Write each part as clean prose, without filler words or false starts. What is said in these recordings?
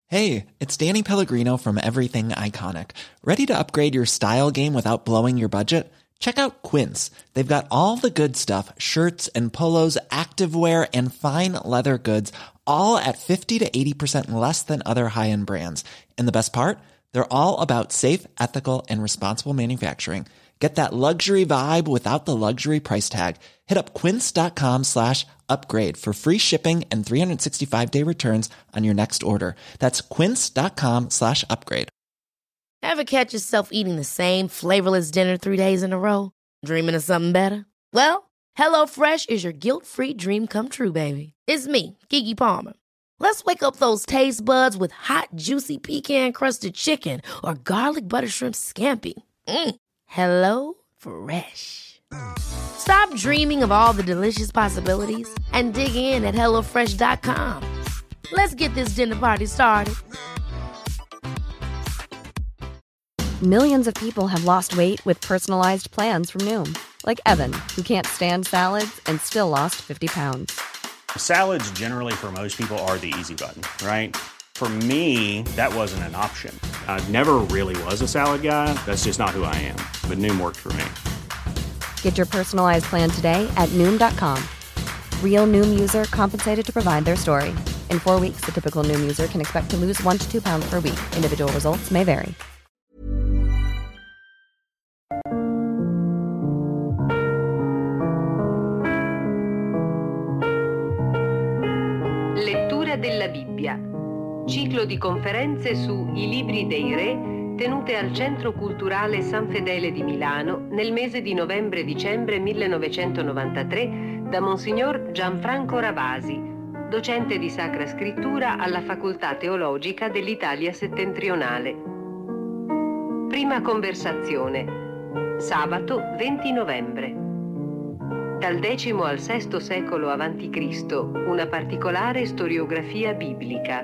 Hey, it's Danny Pellegrino from Everything Iconic. Ready to upgrade your style game without blowing your budget? Check out Quince. They've got all the good stuff, shirts and polos, activewear, and fine leather goods, all at 50 to 80% less than other high-end brands. And the best part? They're all about safe, ethical, and responsible manufacturing. Get that luxury vibe without the luxury price tag. Hit up quince.com/upgrade for free shipping and 365-day returns on your next order. That's quince.com/upgrade. Ever catch yourself eating the same flavorless dinner 3 days in a row? Dreaming of something better? Well, HelloFresh is your guilt-free dream come true, baby. It's me, Keke Palmer. Let's wake up those taste buds with hot, juicy pecan-crusted chicken or garlic butter shrimp scampi. Hello Fresh. Stop dreaming of all the delicious possibilities and dig in at HelloFresh.com. Let's get this dinner party started. Millions of people have lost weight with personalized plans from Noom. Like Evan, who can't stand salads and still lost 50 pounds. Salads generally for most people are the easy button, right? For me, that wasn't an option. I never really was a salad guy. That's just not who I am. But Noom worked for me. Get your personalized plan today at Noom.com. Real Noom user compensated to provide their story. In 4 weeks, the typical Noom user can expect to lose 1 to 2 pounds per week. Individual results may vary. Lettura della Bibbia. Ciclo di conferenze su I libri dei re tenute al Centro Culturale San Fedele di Milano nel mese di novembre-dicembre 1993 da Monsignor Gianfranco Ravasi, docente di Sacra Scrittura alla Facoltà Teologica dell'Italia Settentrionale. Prima conversazione. Sabato 20 novembre. Dal X al VI secolo a.C., una particolare storiografia biblica.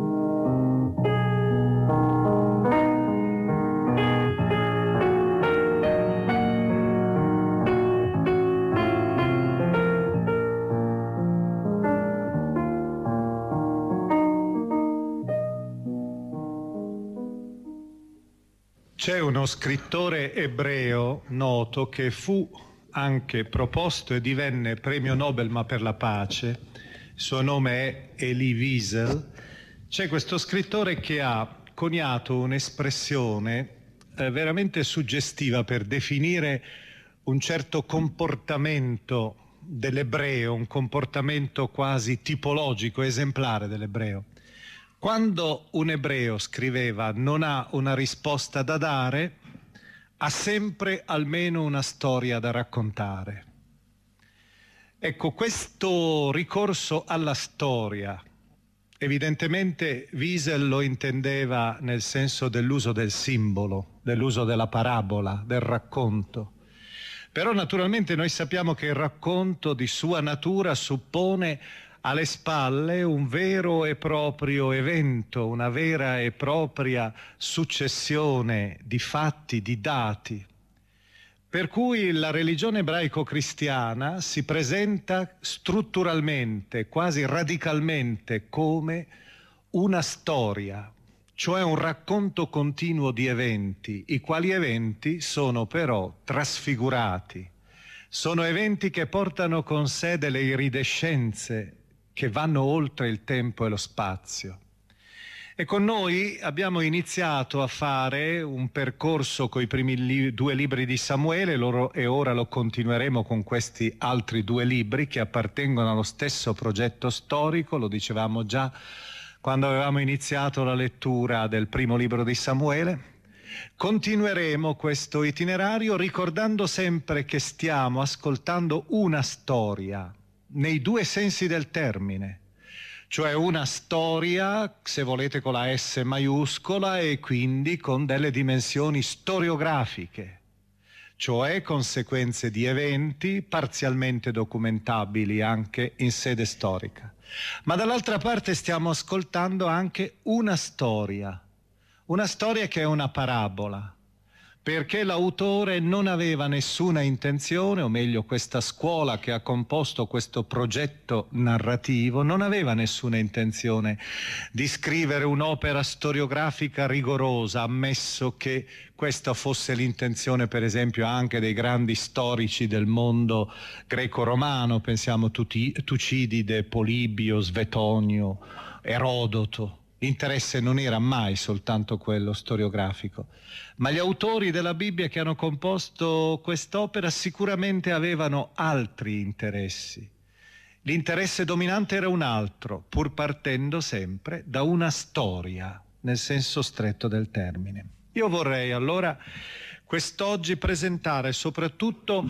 C'è uno scrittore ebreo noto che fu anche proposto e divenne premio Nobel ma per la pace. Il suo nome è Elie Wiesel. C'è questo scrittore che ha coniato un'espressione veramente suggestiva per definire un certo comportamento dell'ebreo, un comportamento quasi tipologico, esemplare dell'ebreo. Quando un ebreo scriveva non ha una risposta da dare, ha sempre almeno una storia da raccontare. Ecco, questo ricorso alla storia, evidentemente Wiesel lo intendeva nel senso dell'uso del simbolo, dell'uso della parabola, del racconto. Però naturalmente noi sappiamo che il racconto di sua natura suppone alle spalle un vero e proprio evento, una vera e propria successione di fatti, di dati. Per cui la religione ebraico-cristiana si presenta strutturalmente, quasi radicalmente, come una storia, cioè un racconto continuo di eventi, i quali eventi sono però trasfigurati. Sono eventi che portano con sé delle iridescenze che vanno oltre il tempo e lo spazio. E con noi abbiamo iniziato a fare un percorso con i primi 2 libri di Samuele e ora lo continueremo con questi altri 2 libri che appartengono allo stesso progetto storico, lo dicevamo già quando avevamo iniziato la lettura del primo libro di Samuele. Continueremo questo itinerario ricordando sempre che stiamo ascoltando una storia, nei 2 sensi del termine, cioè una storia, se volete con la S maiuscola, e quindi con delle dimensioni storiografiche, cioè conseguenze di eventi parzialmente documentabili anche in sede storica. Ma dall'altra parte stiamo ascoltando anche una storia che è una parabola, perché l'autore non aveva nessuna intenzione, o meglio questa scuola che ha composto questo progetto narrativo, non aveva nessuna intenzione di scrivere un'opera storiografica rigorosa, ammesso che questa fosse l'intenzione per esempio anche dei grandi storici del mondo greco-romano, pensiamo Tucidide, Polibio, Svetonio, Erodoto. L'interesse non era mai soltanto quello storiografico, ma gli autori della Bibbia che hanno composto quest'opera sicuramente avevano altri interessi. L'interesse dominante era un altro, pur partendo sempre da una storia, nel senso stretto del termine. Io vorrei allora quest'oggi presentare soprattutto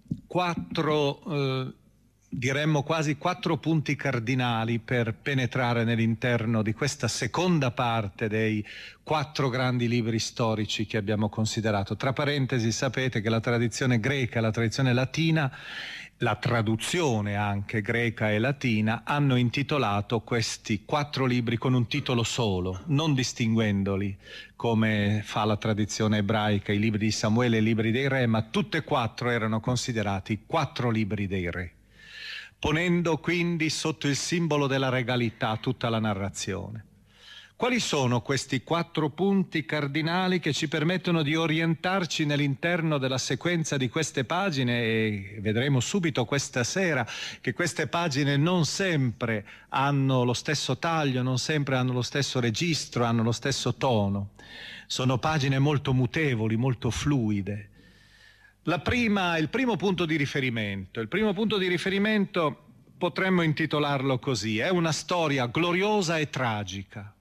diremmo quasi 4 punti cardinali per penetrare nell'interno di questa seconda parte dei 4 grandi libri storici che abbiamo considerato. Tra parentesi, sapete che la tradizione greca e la tradizione latina, la traduzione anche greca e latina, hanno intitolato questi 4 libri con un titolo solo, non distinguendoli come fa la tradizione ebraica, i libri di Samuele e i libri dei re, ma tutte e 4 erano considerati 4 libri dei re, ponendo quindi sotto il simbolo della regalità tutta la narrazione. Quali sono questi 4 punti cardinali che ci permettono di orientarci nell'interno della sequenza di queste pagine? E vedremo subito questa sera che queste pagine non sempre hanno lo stesso taglio, non sempre hanno lo stesso registro, hanno lo stesso tono. Sono pagine molto mutevoli, molto fluide. Il primo punto di riferimento. Il primo punto di riferimento potremmo intitolarlo così: è una storia gloriosa e tragica.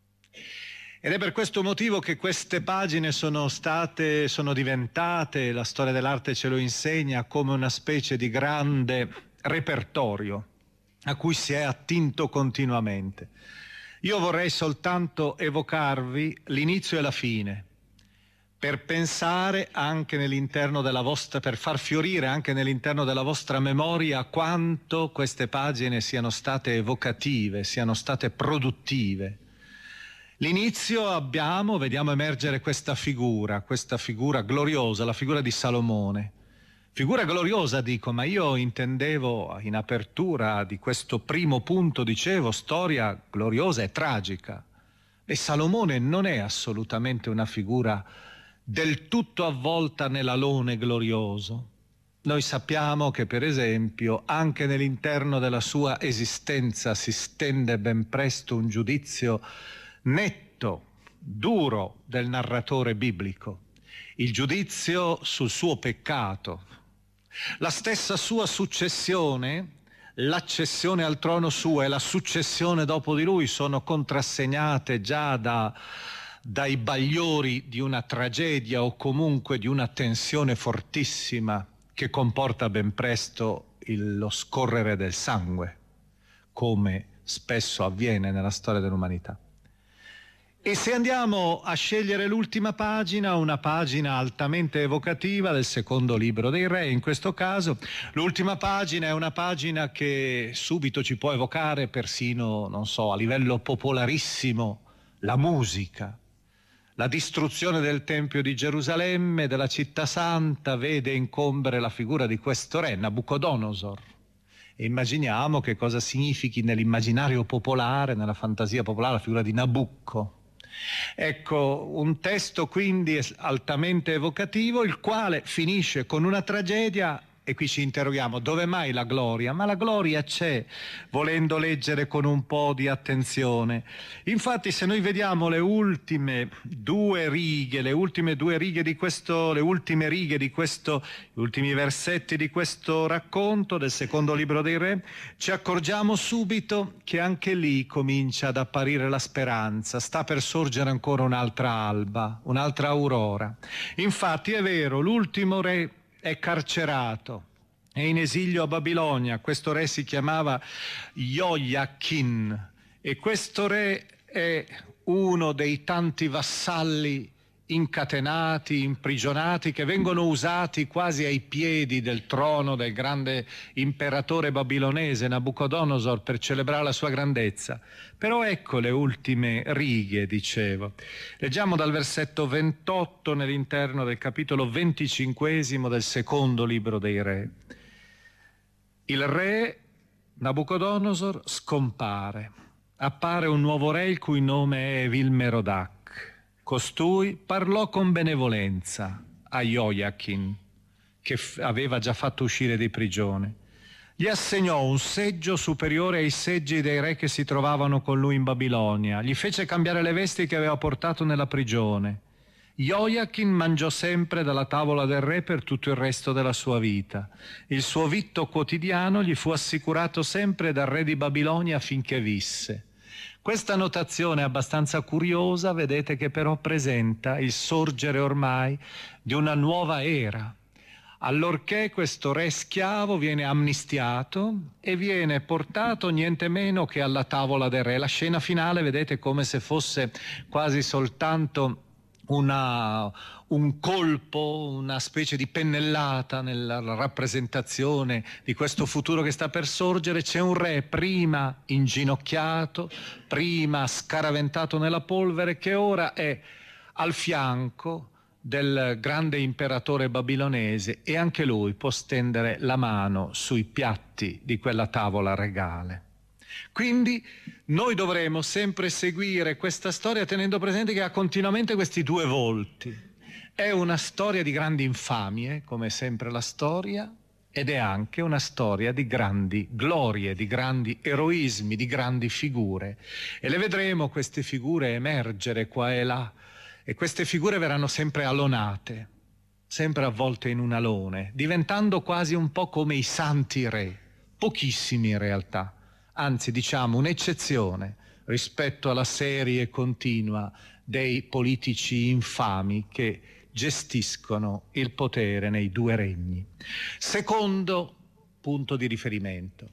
Ed è per questo motivo che queste pagine sono diventate, la storia dell'arte ce lo insegna, come una specie di grande repertorio a cui si è attinto continuamente. Io vorrei soltanto evocarvi l'inizio e la fine, per pensare anche nell'interno della vostra, per far fiorire anche nell'interno della vostra memoria quanto queste pagine siano state evocative, siano state produttive. L'inizio vediamo emergere questa figura gloriosa, la figura di Salomone. Figura gloriosa dico, ma io intendevo in apertura di questo primo punto, dicevo, storia gloriosa e tragica. E Salomone non è assolutamente una figura del tutto avvolta nell'alone glorioso. Noi sappiamo che per esempio anche nell'interno della sua esistenza si stende ben presto un giudizio netto, duro del narratore biblico, il giudizio sul suo peccato. La stessa sua successione, l'accessione al trono suo e la successione dopo di lui sono contrassegnate già dai bagliori di una tragedia o comunque di una tensione fortissima che comporta ben presto lo scorrere del sangue, come spesso avviene nella storia dell'umanità. E se andiamo a scegliere l'ultima pagina, una pagina altamente evocativa del secondo libro dei re, in questo caso l'ultima pagina è una pagina che subito ci può evocare persino, non so, a livello popolarissimo, la musica. La distruzione del Tempio di Gerusalemme, della città santa, vede incombere la figura di questo re, Nabucodonosor. E immaginiamo che cosa significhi nell'immaginario popolare, nella fantasia popolare, la figura di Nabucco. Ecco, un testo quindi altamente evocativo, il quale finisce con una tragedia. E qui ci interroghiamo, dove mai la gloria? Ma la gloria c'è, volendo leggere con un po' di attenzione. Infatti, se noi vediamo le ultime versetti di questo racconto del secondo libro dei re, ci accorgiamo subito che anche lì comincia ad apparire la speranza, sta per sorgere ancora un'altra alba, un'altra aurora. Infatti è vero, l'ultimo re è carcerato, è in esilio a Babilonia. Questo re si chiamava Joiachin e questo re è uno dei tanti vassalli incatenati, imprigionati, che vengono usati quasi ai piedi del trono del grande imperatore babilonese Nabucodonosor per celebrare la sua grandezza. Però ecco le ultime righe, dicevo. Leggiamo dal versetto 28 nell'interno del capitolo 25 del secondo libro dei Re. Il re Nabucodonosor scompare. Appare un nuovo re il cui nome è Evil-Merodach. Costui parlò con benevolenza a Joiachin, che aveva già fatto uscire di prigione. Gli assegnò un seggio superiore ai seggi dei re che si trovavano con lui in Babilonia. Gli fece cambiare le vesti che aveva portato nella prigione. Joiachin mangiò sempre dalla tavola del re per tutto il resto della sua vita. Il suo vitto quotidiano gli fu assicurato sempre dal re di Babilonia finché visse. Questa notazione è abbastanza curiosa, vedete che però presenta il sorgere ormai di una nuova era. Allorché questo re schiavo viene amnistiato e viene portato niente meno che alla tavola del re. La scena finale, vedete, come se fosse quasi soltanto un colpo, una specie di pennellata nella rappresentazione di questo futuro che sta per sorgere. C'è un re prima inginocchiato, prima scaraventato nella polvere, che ora è al fianco del grande imperatore babilonese e anche lui può stendere la mano sui piatti di quella tavola regale. Quindi noi dovremo sempre seguire questa storia tenendo presente che ha continuamente questi due volti. È una storia di grandi infamie, come sempre la storia, ed è anche una storia di grandi glorie, di grandi eroismi, di grandi figure. E le vedremo queste figure emergere qua e là, e queste figure verranno sempre alonate, sempre avvolte in un alone, diventando quasi un po' come i santi re, pochissimi in realtà. Anzi, diciamo un'eccezione rispetto alla serie continua dei politici infami che gestiscono il potere nei due regni. Secondo punto di riferimento.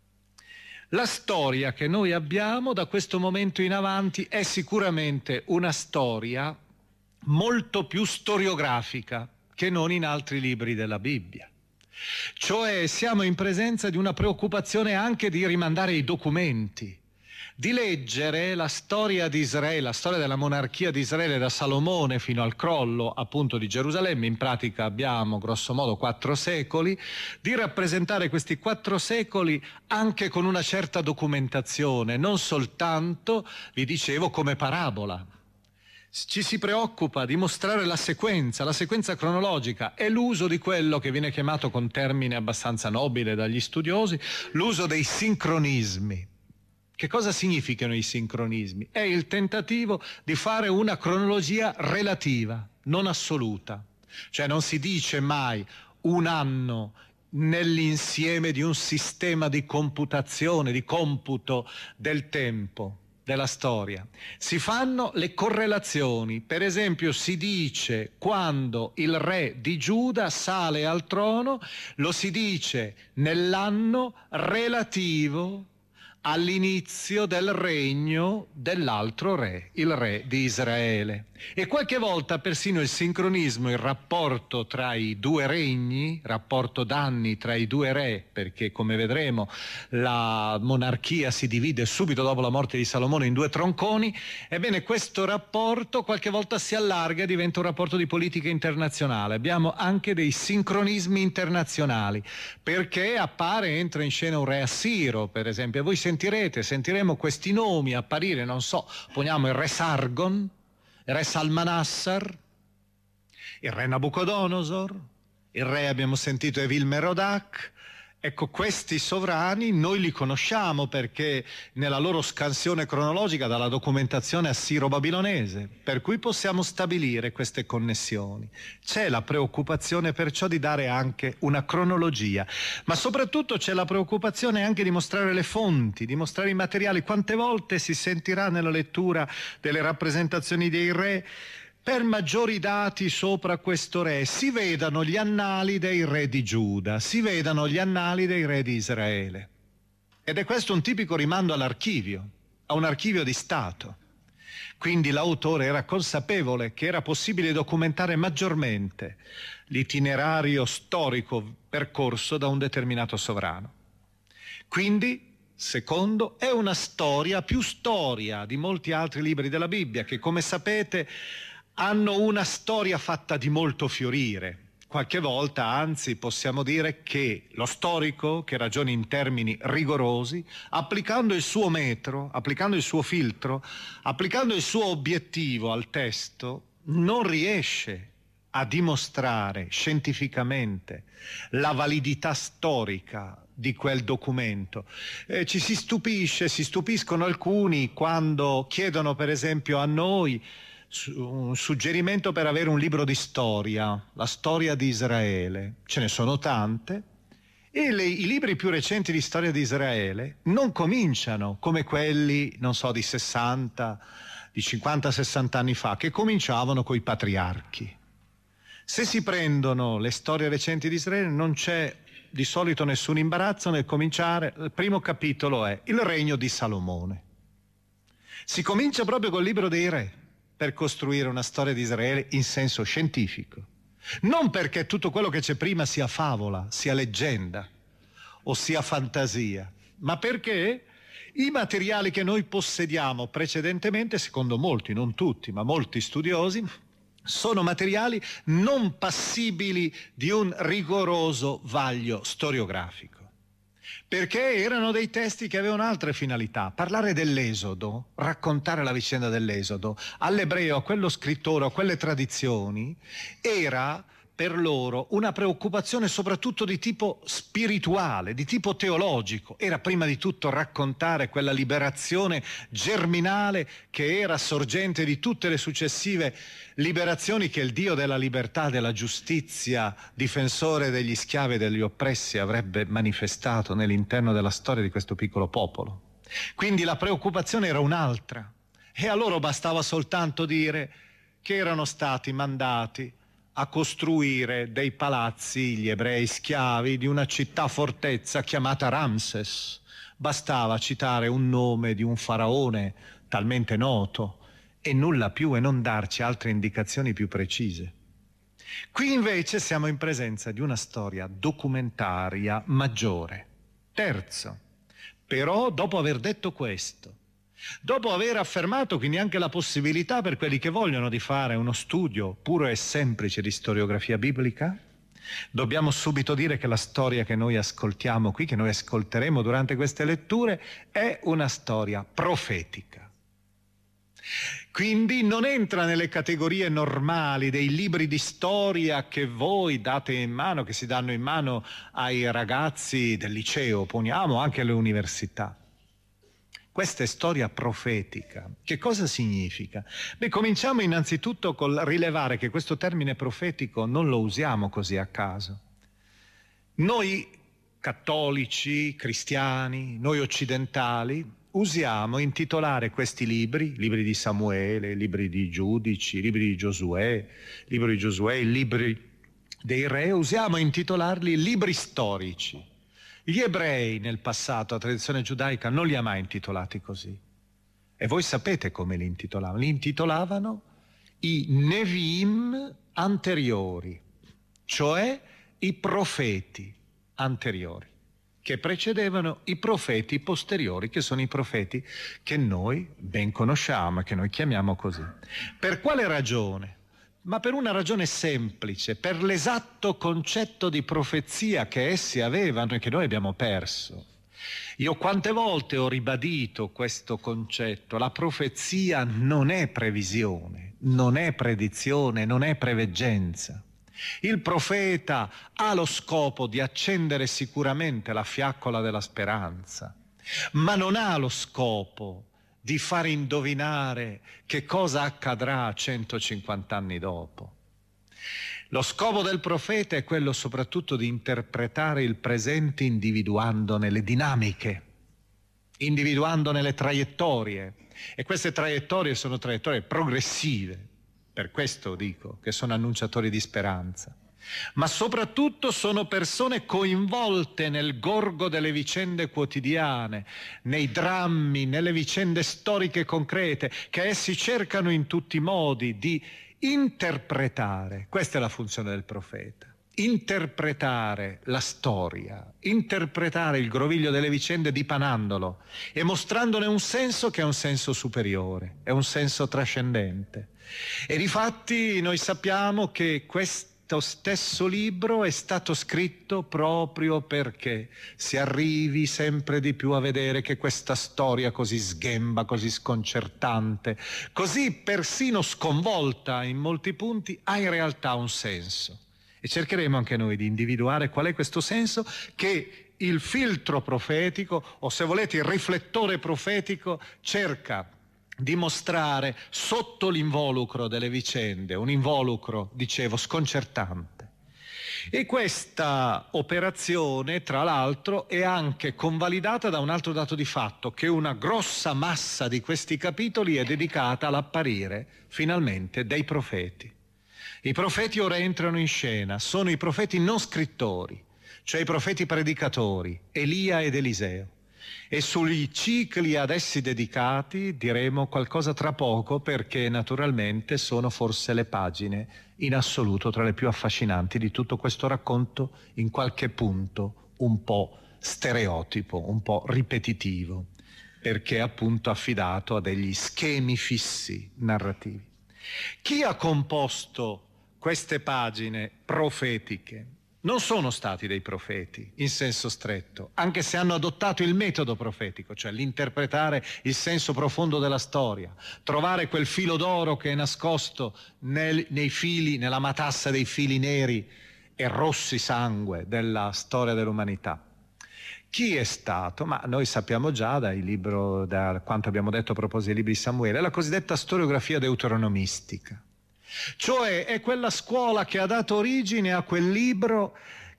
La storia che noi abbiamo da questo momento in avanti è sicuramente una storia molto più storiografica che non in altri libri della Bibbia. Cioè siamo in presenza di una preoccupazione anche di rimandare i documenti, di leggere la storia di Israele, la storia della monarchia di Israele da Salomone fino al crollo appunto di Gerusalemme. In pratica abbiamo grosso modo 4 secoli, di rappresentare questi 4 secoli anche con una certa documentazione, non soltanto, vi dicevo, come parabola. Ci si preoccupa di mostrare la sequenza cronologica e l'uso di quello che viene chiamato con termine abbastanza nobile dagli studiosi, l'uso dei sincronismi. Che cosa significano i sincronismi? È il tentativo di fare una cronologia relativa, non assoluta. Cioè non si dice mai un anno nell'insieme di un sistema di computazione, di computo del tempo, della storia. Si fanno le correlazioni. Per esempio si dice quando il re di Giuda sale al trono, lo si dice nell'anno relativo all'inizio del regno dell'altro re, il re di Israele. E qualche volta persino il sincronismo, il rapporto tra i due regni, rapporto d'anni tra i due re, perché come vedremo la monarchia si divide subito dopo la morte di Salomone in 2 tronconi, ebbene questo rapporto qualche volta si allarga e diventa un rapporto di politica internazionale. Abbiamo anche dei sincronismi internazionali, perché entra in scena un re assiro, per esempio, e voi sentiremo questi nomi apparire, non so, poniamo il re Sargon, il re Salmanassar, il re Nabucodonosor, il re abbiamo sentito Evil-Merodach. Ecco, questi sovrani noi li conosciamo perché nella loro scansione cronologica dalla documentazione assiro-babilonese, per cui possiamo stabilire queste connessioni. C'è la preoccupazione perciò di dare anche una cronologia, ma soprattutto c'è la preoccupazione anche di mostrare le fonti, di mostrare i materiali. Quante volte si sentirà nella lettura delle rappresentazioni dei re: per maggiori dati sopra questo re si vedano gli annali dei re di Giuda, si vedano gli annali dei re di Israele. Ed è questo un tipico rimando all'archivio, a un archivio di Stato. Quindi l'autore era consapevole che era possibile documentare maggiormente l'itinerario storico percorso da un determinato sovrano. Quindi, secondo, è una storia, più storia di molti altri libri della Bibbia, che come sapete hanno una storia fatta di molto fiorire. Qualche volta, anzi, possiamo dire che lo storico, che ragiona in termini rigorosi, applicando il suo metro, applicando il suo filtro, applicando il suo obiettivo al testo, non riesce a dimostrare scientificamente la validità storica di quel documento. Ci si stupiscono alcuni quando chiedono, per esempio, a noi un suggerimento per avere un libro di storia, la storia di Israele. Ce ne sono tante e i libri più recenti di storia di Israele non cominciano come quelli, non so, di 60, di 50-60 anni fa, che cominciavano coi patriarchi. Se si prendono le storie recenti di Israele non c'è di solito nessun imbarazzo nel cominciare. Il primo capitolo è il regno di Salomone. Si comincia proprio col libro dei re per costruire una storia di Israele in senso scientifico. Non perché tutto quello che c'è prima sia favola, sia leggenda o sia fantasia, ma perché i materiali che noi possediamo precedentemente, secondo molti, non tutti, ma molti studiosi, sono materiali non passibili di un rigoroso vaglio storiografico. Perché erano dei testi che avevano altre finalità. Parlare dell'Esodo, raccontare la vicenda dell'Esodo, all'ebreo, a quello scrittore, a quelle tradizioni, era per loro una preoccupazione soprattutto di tipo spirituale, di tipo teologico. Era prima di tutto raccontare quella liberazione germinale che era sorgente di tutte le successive liberazioni che il Dio della libertà, della giustizia, difensore degli schiavi e degli oppressi avrebbe manifestato nell'interno della storia di questo piccolo popolo. Quindi la preoccupazione era un'altra e a loro bastava soltanto dire che erano stati mandati a costruire dei palazzi, gli ebrei schiavi, di una città fortezza chiamata Ramses. Bastava citare un nome di un faraone talmente noto e nulla più, e non darci altre indicazioni più precise. Qui invece siamo in presenza di una storia documentaria maggiore. Terzo, però dopo aver detto questo, dopo aver affermato quindi anche la possibilità per quelli che vogliono di fare uno studio puro e semplice di storiografia biblica, dobbiamo subito dire che la storia che noi ascoltiamo qui, che noi ascolteremo durante queste letture, è una storia profetica. Quindi non entra nelle categorie normali dei libri di storia che voi date in mano, che si danno in mano ai ragazzi del liceo, poniamo anche alle università. Questa è storia profetica. Che cosa significa? Beh, cominciamo innanzitutto col rilevare che questo termine profetico non lo usiamo così a caso. Noi cattolici, cristiani, noi occidentali, usiamo intitolare questi libri di Samuele, libri di Giudici, libri di Giosuè, libri dei re, usiamo intitolarli libri storici. Gli ebrei nel passato, la tradizione giudaica, non li ha mai intitolati così. E voi sapete come li intitolavano? Li intitolavano i Nevi'im anteriori, cioè i profeti anteriori, che precedevano i profeti posteriori, che sono i profeti che noi ben conosciamo e che noi chiamiamo così. Per quale ragione? Ma per una ragione semplice, per l'esatto concetto di profezia che essi avevano e che noi abbiamo perso. Io quante volte ho ribadito questo concetto: la profezia non è previsione, non è predizione, non è preveggenza. Il profeta ha lo scopo di accendere sicuramente la fiaccola della speranza, ma non ha lo scopo di far indovinare che cosa accadrà 150 anni dopo. Lo scopo del profeta è quello soprattutto di interpretare il presente individuandone le dinamiche, individuandone le traiettorie, e queste traiettorie sono traiettorie progressive. Per questo dico che sono annunciatori di speranza. ma soprattutto sono persone coinvolte nel gorgo delle vicende quotidiane, nei drammi, nelle vicende storiche concrete, che essi cercano in tutti i modi di interpretare. Questa è la funzione del profeta. Interpretare la storia, interpretare il groviglio delle vicende dipanandolo e mostrandone un senso che è un senso superiore, è un senso trascendente. E difatti noi sappiamo che questo stesso libro è stato scritto proprio perché si arrivi sempre di più a vedere che questa storia così sghemba, così sconcertante, così persino sconvolta in molti punti, ha in realtà un senso. E cercheremo anche noi di individuare qual è questo senso che il filtro profetico, o se volete il riflettore profetico, cerca di mostrare sotto l'involucro delle vicende, un involucro, dicevo, sconcertante. E questa operazione, tra l'altro, è anche convalidata da un altro dato di fatto, che una grossa massa di questi capitoli è dedicata all'apparire, finalmente, dei profeti. I profeti ora entrano in scena, sono i profeti non scrittori, cioè i profeti predicatori, Elia ed Eliseo. E sui cicli ad essi dedicati diremo qualcosa tra poco, perché naturalmente sono forse le pagine in assoluto tra le più affascinanti di tutto questo racconto, in qualche punto un po' stereotipo, un po' ripetitivo, perché è appunto affidato a degli schemi fissi narrativi. Chi ha composto queste pagine profetiche? Non sono stati dei profeti in senso stretto, anche se hanno adottato il metodo profetico, cioè l'interpretare il senso profondo della storia, trovare quel filo d'oro che è nascosto nei fili, nella matassa dei fili neri e rossi sangue della storia dell'umanità. Chi è stato? Ma noi sappiamo già da quanto abbiamo detto a proposito dei libri di Samuele, la cosiddetta storiografia deuteronomistica. Cioè è quella scuola che ha dato origine a quel libro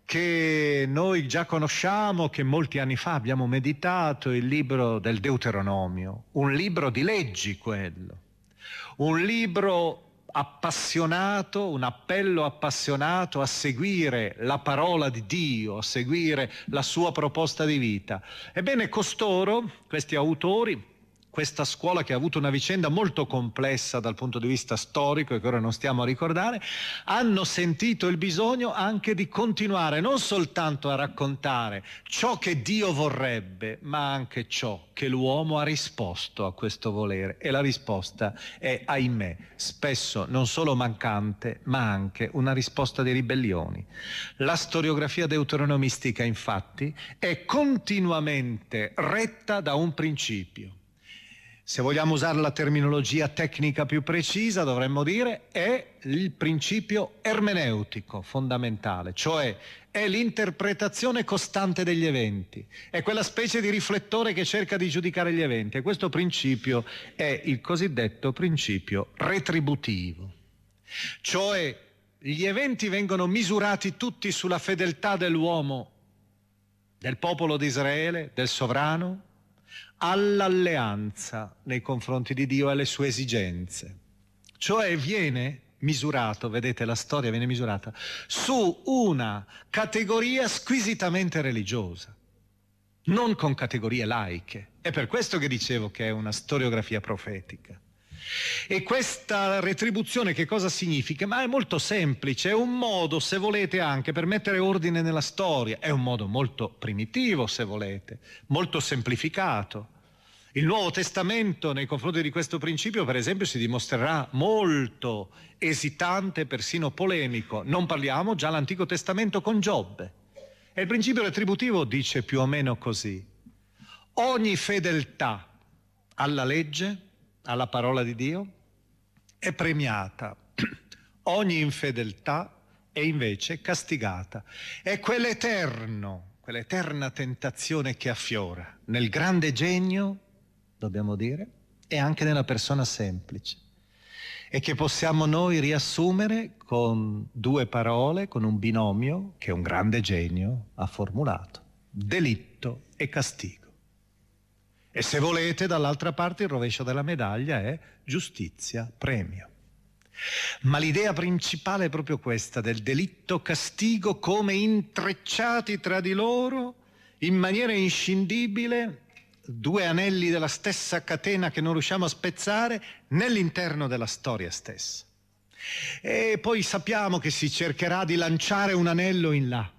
che noi già conosciamo, che molti anni fa abbiamo meditato, il libro del Deuteronomio, un libro di leggi quello, un libro appassionato, un appello appassionato a seguire la parola di Dio, a seguire la sua proposta di vita. Ebbene, costoro, questi autori, questa scuola che ha avuto una vicenda molto complessa dal punto di vista storico e che ora non stiamo a ricordare, hanno sentito il bisogno anche di continuare non soltanto a raccontare ciò che Dio vorrebbe, ma anche ciò che l'uomo ha risposto a questo volere. E la risposta è, ahimè, spesso non solo mancante, ma anche una risposta di ribellioni. La storiografia deuteronomistica, infatti, è continuamente retta da un principio. Se vogliamo usare la terminologia tecnica più precisa, dovremmo dire è il principio ermeneutico fondamentale, cioè è l'interpretazione costante degli eventi, è quella specie di riflettore che cerca di giudicare gli eventi, e questo principio è il cosiddetto principio retributivo. Cioè gli eventi vengono misurati tutti sulla fedeltà dell'uomo, del popolo di Israele, del sovrano, all'alleanza nei confronti di Dio e alle sue esigenze. Cioè viene misurato, vedete, la storia viene misurata su una categoria squisitamente religiosa, non con categorie laiche. È per questo che dicevo che è una storiografia profetica. E questa retribuzione che cosa significa? Ma è molto semplice, è un modo, se volete, anche per mettere ordine nella storia, è un modo molto primitivo, se volete, molto semplificato. Il Nuovo Testamento nei confronti di questo principio, per esempio, si dimostrerà molto esitante, persino polemico. Non parliamo già l'Antico Testamento con Giobbe. E il principio retributivo dice più o meno così: ogni fedeltà alla legge, alla parola di Dio, è premiata, ogni infedeltà è invece castigata. È quell'eterna tentazione che affiora nel grande genio, dobbiamo dire, e anche nella persona semplice, e che possiamo noi riassumere con due parole, con un binomio che un grande genio ha formulato: delitto e castigo. E se volete, dall'altra parte il rovescio della medaglia è giustizia, premio. Ma l'idea principale è proprio questa, del delitto-castigo come intrecciati tra di loro in maniera inscindibile, due anelli della stessa catena che non riusciamo a spezzare nell'interno della storia stessa. E poi sappiamo che si cercherà di lanciare un anello in là,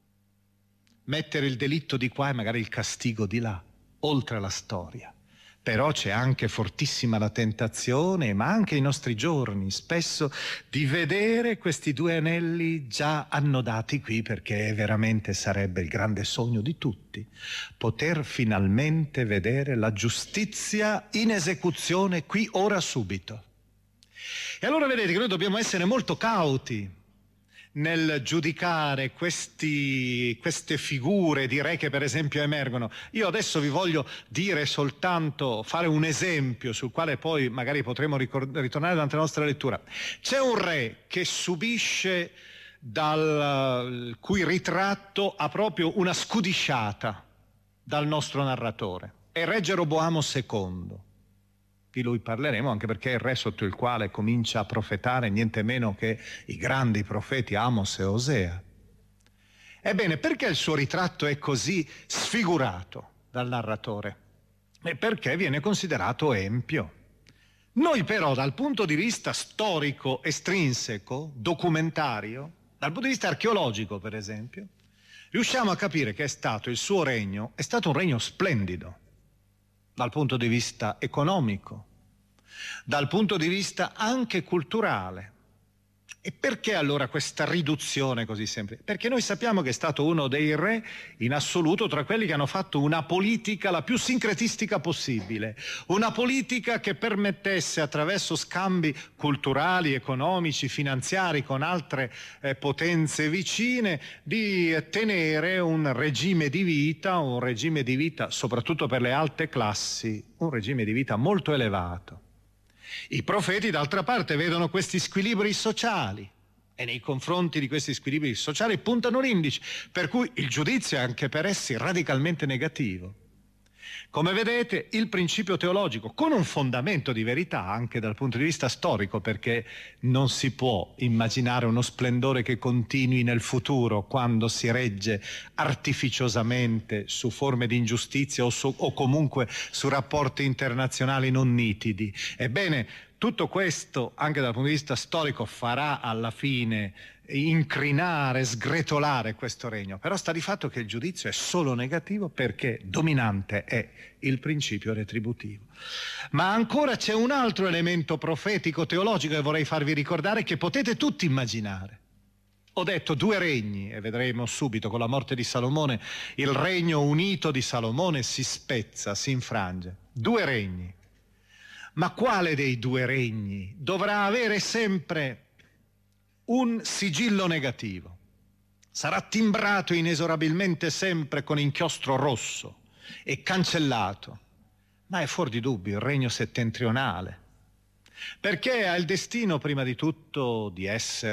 mettere il delitto di qua e magari il castigo di là, oltre la storia. Però c'è anche fortissima la tentazione, ma anche i nostri giorni, spesso, di vedere questi due anelli già annodati qui, perché veramente sarebbe il grande sogno di tutti, poter finalmente vedere la giustizia in esecuzione qui, ora, subito. E allora vedete che noi dobbiamo essere molto cauti nel giudicare queste figure di re che per esempio emergono. Io adesso vi voglio dire soltanto, fare un esempio sul quale poi magari potremo ritornare durante la nostra lettura. C'è un re che subisce, dal cui ritratto ha proprio una scudisciata dal nostro narratore. È re Geroboamo II. Di lui parleremo, anche perché è il re sotto il quale comincia a profetare niente meno che i grandi profeti Amos e Osea. Ebbene, perché il suo ritratto è così sfigurato dal narratore? E perché viene considerato empio. Noi però, dal punto di vista storico, estrinseco, documentario, dal punto di vista archeologico per esempio, riusciamo a capire che il suo regno è stato un regno splendido, dal punto di vista economico, dal punto di vista anche culturale. E perché allora questa riduzione così semplice? Perché noi sappiamo che è stato uno dei re in assoluto tra quelli che hanno fatto una politica la più sincretistica possibile, una politica che permettesse, attraverso scambi culturali, economici, finanziari con altre potenze vicine, di tenere un regime di vita soprattutto per le alte classi, un regime di vita molto elevato. I profeti d'altra parte vedono questi squilibri sociali e nei confronti di questi squilibri sociali puntano l'indice, per cui il giudizio è anche per essi radicalmente negativo. Come vedete, il principio teologico, con un fondamento di verità anche dal punto di vista storico, perché non si può immaginare uno splendore che continui nel futuro quando si regge artificiosamente su forme di ingiustizia o comunque su rapporti internazionali non nitidi. Ebbene, tutto questo, anche dal punto di vista storico, farà alla fine incrinare, sgretolare questo regno. Però sta di fatto che il giudizio è solo negativo perché dominante è il principio retributivo. Ma ancora c'è un altro elemento profetico, teologico che vorrei farvi ricordare, che potete tutti immaginare. Ho detto due regni, e vedremo subito con la morte di Salomone il regno unito di Salomone si spezza, si infrange. Due regni. Ma quale dei due regni dovrà avere sempre un sigillo negativo? Sarà timbrato inesorabilmente sempre con inchiostro rosso e cancellato, ma è fuor di dubbio il regno settentrionale, perché ha il destino prima di tutto di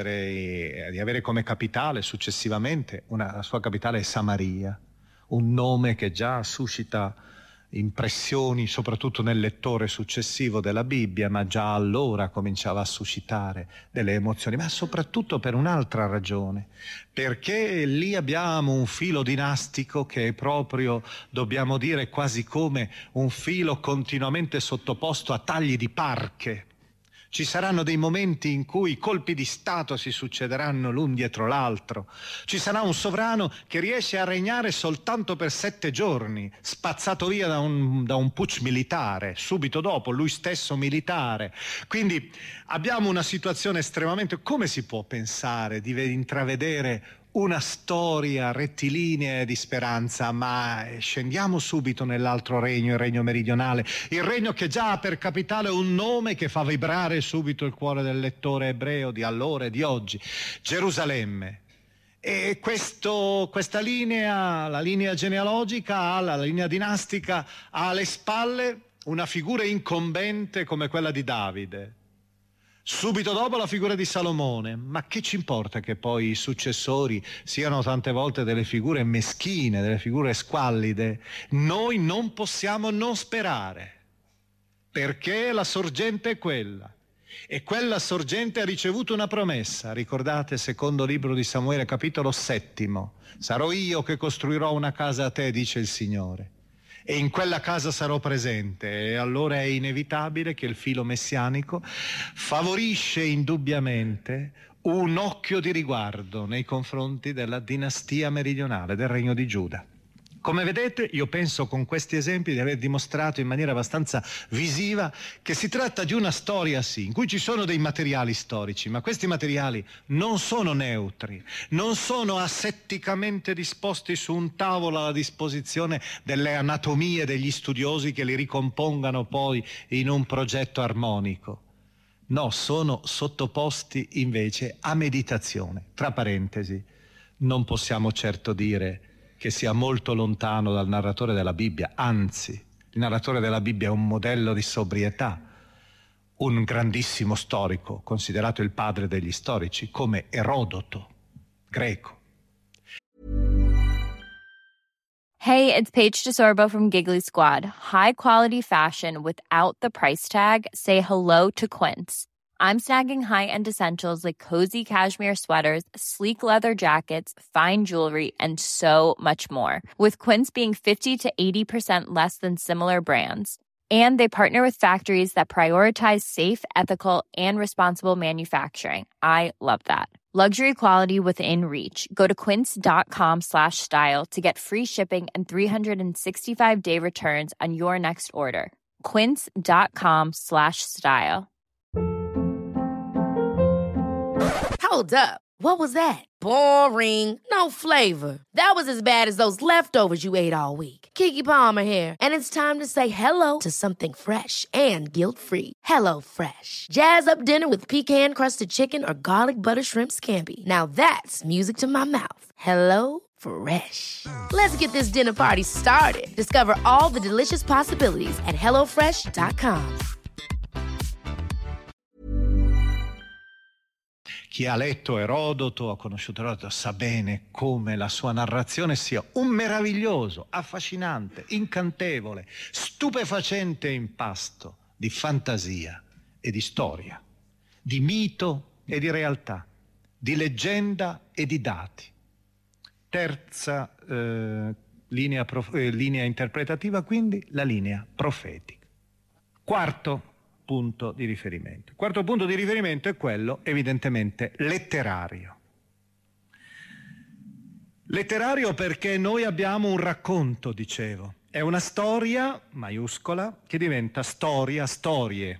avere come capitale successivamente, la sua capitale è Samaria, un nome che già suscita impressioni soprattutto nel lettore successivo della Bibbia, ma già allora cominciava a suscitare delle emozioni, ma soprattutto per un'altra ragione, perché lì abbiamo un filo dinastico che è proprio, dobbiamo dire, quasi come un filo continuamente sottoposto a tagli di parche. Ci saranno dei momenti in cui i colpi di Stato si succederanno l'un dietro l'altro. Ci sarà un sovrano che riesce a regnare soltanto per 7 giorni, spazzato via da un putsch militare, subito dopo lui stesso militare. Quindi abbiamo una situazione estremamente... Come si può pensare di intravedere una storia rettilinea di speranza? Ma scendiamo subito nell'altro regno, il regno meridionale, il regno che già ha per capitale un nome che fa vibrare subito il cuore del lettore ebreo di allora e di oggi: Gerusalemme. E questa linea, la linea genealogica, la linea dinastica, ha alle spalle una figura incombente come quella di Davide. Subito dopo la figura di Salomone. Ma che ci importa che poi i successori siano tante volte delle figure meschine, delle figure squallide? Noi non possiamo non sperare, perché la sorgente è quella. E quella sorgente ha ricevuto una promessa. Ricordate, secondo libro di Samuele, capitolo 7. Sarò io che costruirò una casa a te, dice il Signore. E in quella casa sarò presente. E allora è inevitabile che il filo messianico favorisce indubbiamente un occhio di riguardo nei confronti della dinastia meridionale, del regno di Giuda. Come vedete, io penso con questi esempi di aver dimostrato in maniera abbastanza visiva che si tratta di una storia, sì, in cui ci sono dei materiali storici, ma questi materiali non sono neutri, non sono asetticamente disposti su un tavolo alla disposizione delle anatomie degli studiosi che li ricompongano poi in un progetto armonico. No, sono sottoposti invece a meditazione. Tra parentesi, non possiamo certo dire che sia molto lontano dal narratore della Bibbia, anzi, il narratore della Bibbia è un modello di sobrietà, un grandissimo storico, considerato il padre degli storici, come Erodoto, greco. Hey, it's Paige DeSorbo from Giggly Squad. High quality fashion without the price tag. Say hello to Quince. I'm snagging high-end essentials like cozy cashmere sweaters, sleek leather jackets, fine jewelry, and so much more. With Quince being 50 to 80% less than similar brands. And they partner with factories that prioritize safe, ethical, and responsible manufacturing. I love that. Luxury quality within reach. Go to quince.com/style to get free shipping and 365-day returns on your next order. Quince.com/style. Hold up. What was that? Boring. No flavor. That was as bad as those leftovers you ate all week. Keke Palmer here, and it's time to say hello to something fresh and guilt-free. Hello Fresh. Jazz up dinner with pecan-crusted chicken or garlic butter shrimp scampi. Now that's music to my mouth. Hello Fresh. Let's get this dinner party started. Discover all the delicious possibilities at hellofresh.com. Chi ha letto Erodoto, ha conosciuto Erodoto, sa bene come la sua narrazione sia un meraviglioso, affascinante, incantevole, stupefacente impasto di fantasia e di storia, di mito e di realtà, di leggenda e di dati. Terza linea interpretativa, quindi la linea profetica. Quarto punto di riferimento. Il quarto punto di riferimento è quello evidentemente letterario. Letterario perché noi abbiamo un racconto, dicevo. È una storia, maiuscola, che diventa storie,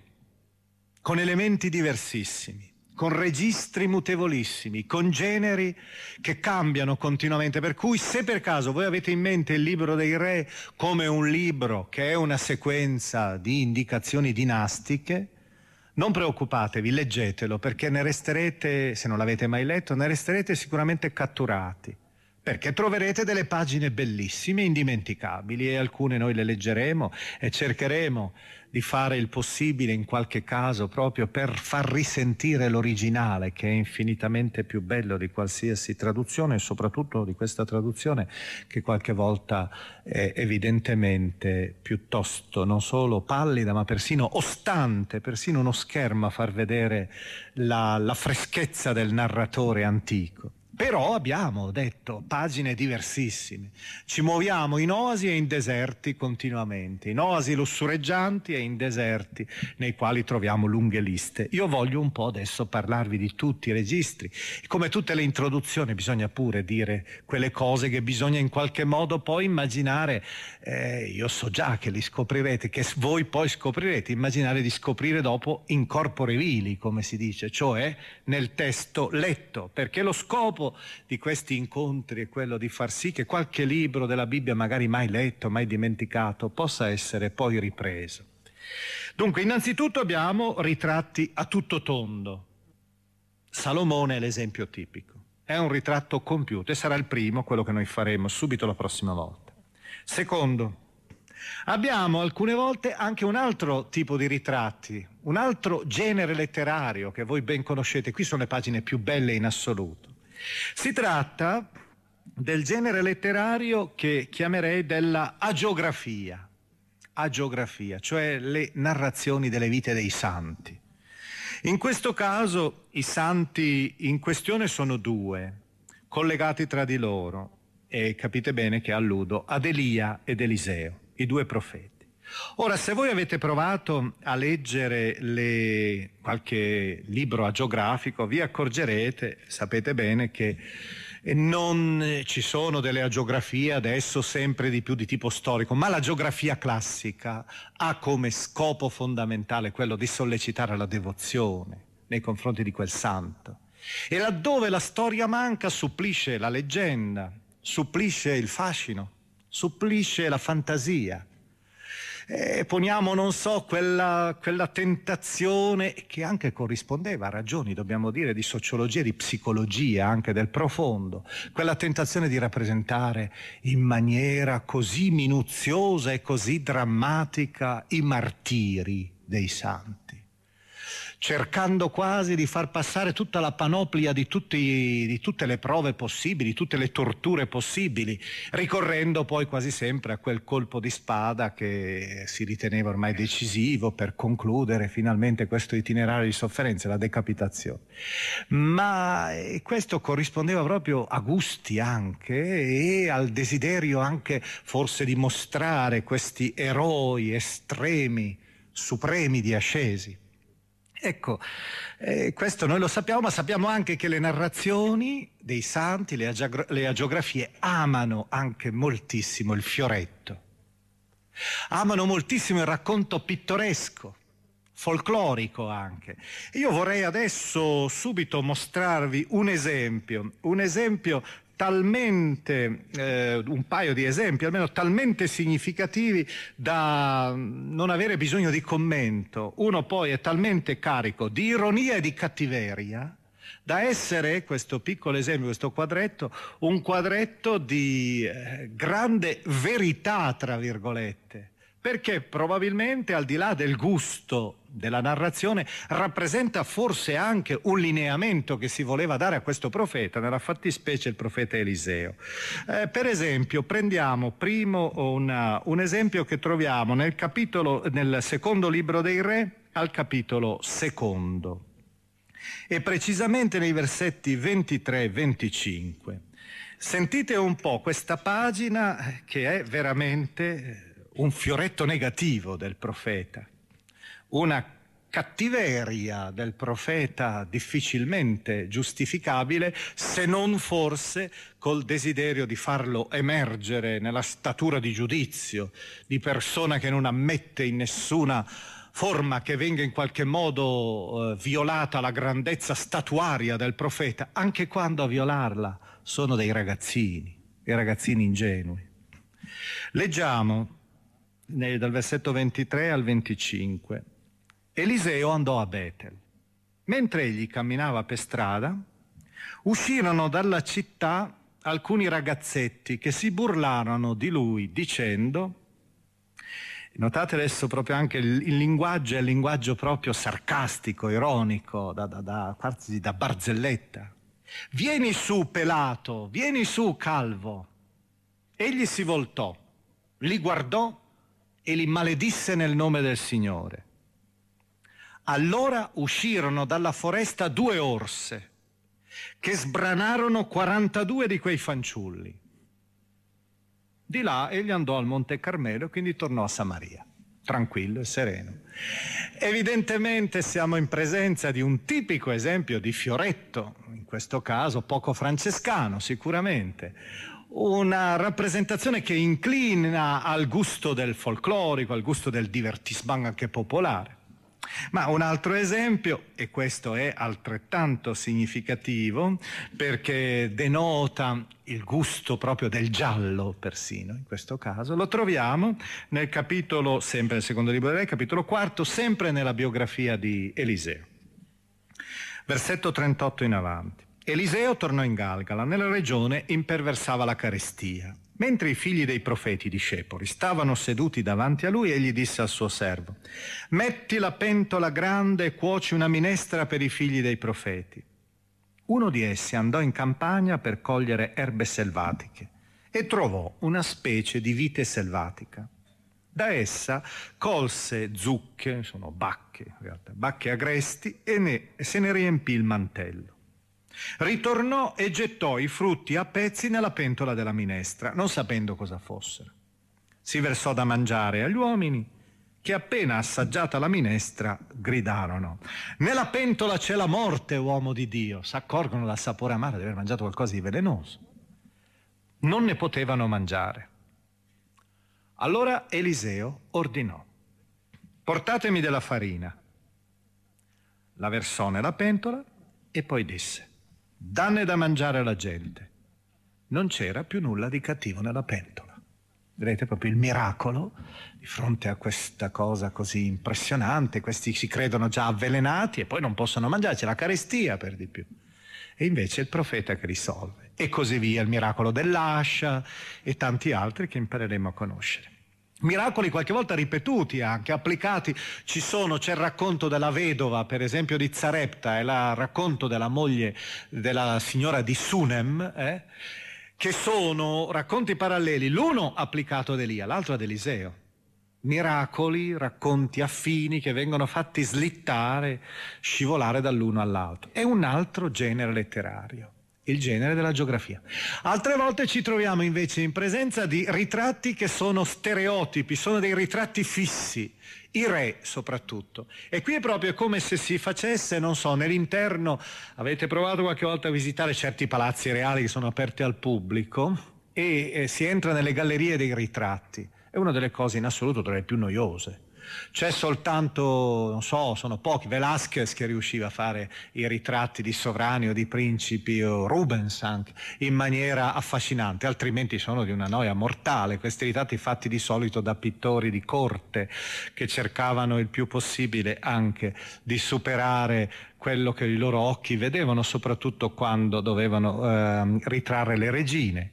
con elementi diversissimi, con registri mutevolissimi, con generi che cambiano continuamente, per cui se per caso voi avete in mente il libro dei re come un libro che è una sequenza di indicazioni dinastiche, non preoccupatevi, leggetelo, perché ne resterete, se non l'avete mai letto, ne resterete sicuramente catturati, perché troverete delle pagine bellissime, indimenticabili, e alcune noi le leggeremo e cercheremo di fare il possibile in qualche caso proprio per far risentire l'originale, che è infinitamente più bello di qualsiasi traduzione, e soprattutto di questa traduzione che qualche volta è evidentemente piuttosto non solo pallida ma persino ostante, persino uno schermo a far vedere la freschezza del narratore antico. Però abbiamo detto pagine diversissime, ci muoviamo in oasi e in deserti continuamente, in oasi lussureggianti e in deserti nei quali troviamo lunghe liste. Io voglio un po' adesso parlarvi di tutti i registri. Come tutte le introduzioni bisogna pure dire quelle cose che bisogna in qualche modo poi immaginare, io so già che li scoprirete, che voi poi scoprirete, immaginare di scoprire dopo in corpore vili, come si dice, cioè nel testo letto, perché lo scopo di questi incontri è quello di far sì che qualche libro della Bibbia magari mai letto, mai dimenticato, possa essere poi ripreso. Dunque, innanzitutto abbiamo ritratti a tutto tondo. Salomone è l'esempio tipico. È un ritratto compiuto e sarà il primo, quello che noi faremo subito la prossima volta. Secondo, abbiamo alcune volte anche un altro tipo di ritratti, un altro genere letterario che voi ben conoscete. Qui sono le pagine più belle in assoluto. Si tratta del genere letterario che chiamerei della agiografia, cioè le narrazioni delle vite dei santi. In questo caso i santi in questione sono due, collegati tra di loro, e capite bene che alludo ad Elia ed Eliseo, i due profeti. Ora, se voi avete provato a leggere qualche libro agiografico, vi accorgerete, sapete bene, che non ci sono delle agiografie adesso sempre di più di tipo storico, ma la geografia classica ha come scopo fondamentale quello di sollecitare la devozione nei confronti di quel santo. E laddove la storia manca, supplisce la leggenda, supplisce il fascino, supplisce la fantasia. Poniamo, non so, quella tentazione che anche corrispondeva a ragioni, dobbiamo dire, di sociologia e di psicologia, anche del profondo, quella tentazione di rappresentare in maniera così minuziosa e così drammatica i martiri dei santi, cercando quasi di far passare tutta la panoplia di tutte le prove possibili, tutte le torture possibili, ricorrendo poi quasi sempre a quel colpo di spada che si riteneva ormai decisivo per concludere finalmente questo itinerario di sofferenze, la decapitazione. Ma questo corrispondeva proprio a gusti anche e al desiderio anche forse di mostrare questi eroi estremi, supremi di ascesi. Ecco, questo noi lo sappiamo, ma sappiamo anche che le narrazioni dei santi, le agiografie, amano anche moltissimo il fioretto, amano moltissimo il racconto pittoresco, folclorico anche. Io vorrei adesso subito mostrarvi un esempio talmente, un paio di esempi almeno talmente significativi da non avere bisogno di commento. Uno poi è talmente carico di ironia e di cattiveria da essere, questo piccolo esempio, questo quadretto, un quadretto di grande verità, tra virgolette, perché probabilmente al di là del gusto della narrazione rappresenta forse anche un lineamento che si voleva dare a questo profeta, nella fattispecie il profeta Eliseo. Per esempio, prendiamo primo un esempio che troviamo nel secondo libro dei Re, al capitolo secondo, e precisamente nei versetti 23 e 25. Sentite un po' questa pagina che è veramente un fioretto negativo del profeta, una cattiveria del profeta difficilmente giustificabile, se non forse col desiderio di farlo emergere nella statura di giudizio, di persona che non ammette in nessuna forma che venga in qualche modo violata la grandezza statuaria del profeta, anche quando a violarla sono dei ragazzini ingenui. Leggiamo dal versetto 23 al 25. Eliseo andò a Betel. Mentre egli camminava per strada, uscirono dalla città alcuni ragazzetti che si burlarono di lui dicendo, notate adesso proprio anche il linguaggio, è il linguaggio proprio sarcastico, ironico, quasi da barzelletta. Vieni su pelato, vieni su calvo. Egli si voltò, li guardò e li maledisse nel nome del Signore. Allora uscirono dalla foresta 2 orse che sbranarono 42 di quei fanciulli. Di là egli andò al Monte Carmelo e quindi tornò a Samaria, tranquillo e sereno. Evidentemente siamo in presenza di un tipico esempio di fioretto, in questo caso poco francescano sicuramente, una rappresentazione che inclina al gusto del folclorico, al gusto del divertissement anche popolare. Ma un altro esempio, e questo è altrettanto significativo perché denota il gusto proprio del giallo persino, in questo caso, lo troviamo nel capitolo, sempre nel secondo libro dei Re, capitolo 4, sempre nella biografia di Eliseo. Versetto 38 in avanti. Eliseo tornò in Galgala, nella regione imperversava la carestia. Mentre i figli dei profeti discepoli stavano seduti davanti a lui, egli disse al suo servo: metti la pentola grande e cuoci una minestra per i figli dei profeti. Uno di essi andò in campagna per cogliere erbe selvatiche e trovò una specie di vite selvatica. Da essa colse zucche, sono bacche in realtà, bacche agresti, e se ne riempì il mantello. Ritornò e gettò i frutti a pezzi nella pentola della minestra, non sapendo cosa fossero. Si versò da mangiare agli uomini, che appena assaggiata la minestra gridarono: «Nella pentola c'è la morte, uomo di Dio!» S'accorgono dal sapore amaro di aver mangiato qualcosa di velenoso. Non ne potevano mangiare. Allora Eliseo ordinò: «Portatemi della farina». La versò nella pentola e poi disse: «Danne da mangiare alla gente». Non c'era più nulla di cattivo nella pentola. Vedete proprio il miracolo di fronte a questa cosa così impressionante. Questi si credono già avvelenati e poi non possono mangiare, c'è la carestia per di più. E invece è il profeta che risolve. E così via, il miracolo dell'ascia e tanti altri che impareremo a conoscere. Miracoli qualche volta ripetuti, anche applicati. C'è il racconto della vedova, per esempio, di Zarepta, e il racconto della moglie della signora di Sunem, che sono racconti paralleli, l'uno applicato ad Elia, l'altro ad Eliseo. Miracoli, racconti affini che vengono fatti slittare, scivolare dall'uno all'altro. È un altro genere letterario, il genere della geografia. Altre volte ci troviamo invece in presenza di ritratti che sono stereotipi, sono dei ritratti fissi, i re soprattutto. E qui è proprio come se si facesse, non so, nell'interno, avete provato qualche volta a visitare certi palazzi reali che sono aperti al pubblico e si entra nelle gallerie dei ritratti. È una delle cose in assoluto tra le più noiose. C'è soltanto, non so, sono pochi, Velázquez che riusciva a fare i ritratti di sovrani o di principi, o Rubens anche, in maniera affascinante, altrimenti sono di una noia mortale. Questi ritratti fatti di solito da pittori di corte che cercavano il più possibile anche di superare quello che i loro occhi vedevano, soprattutto quando dovevano ritrarre le regine.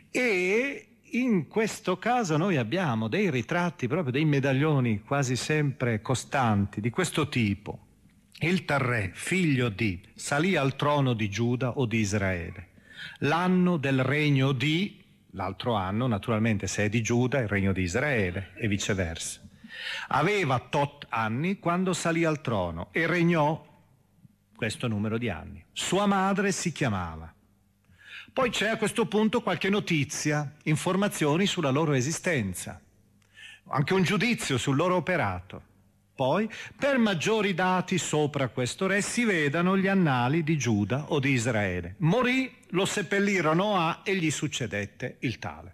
E in questo caso noi abbiamo dei ritratti, proprio dei medaglioni quasi sempre costanti di questo tipo. Il re, figlio di, salì al trono di Giuda o di Israele. L'anno del regno di, l'altro anno naturalmente se è di Giuda, il regno di Israele e viceversa. Aveva tot anni quando salì al trono e regnò questo numero di anni. Sua madre si chiamava. Poi c'è a questo punto qualche notizia, informazioni sulla loro esistenza, anche un giudizio sul loro operato. Poi, per maggiori dati sopra questo re, si vedano gli annali di Giuda o di Israele. Morì, lo seppellirono e gli succedette il tale.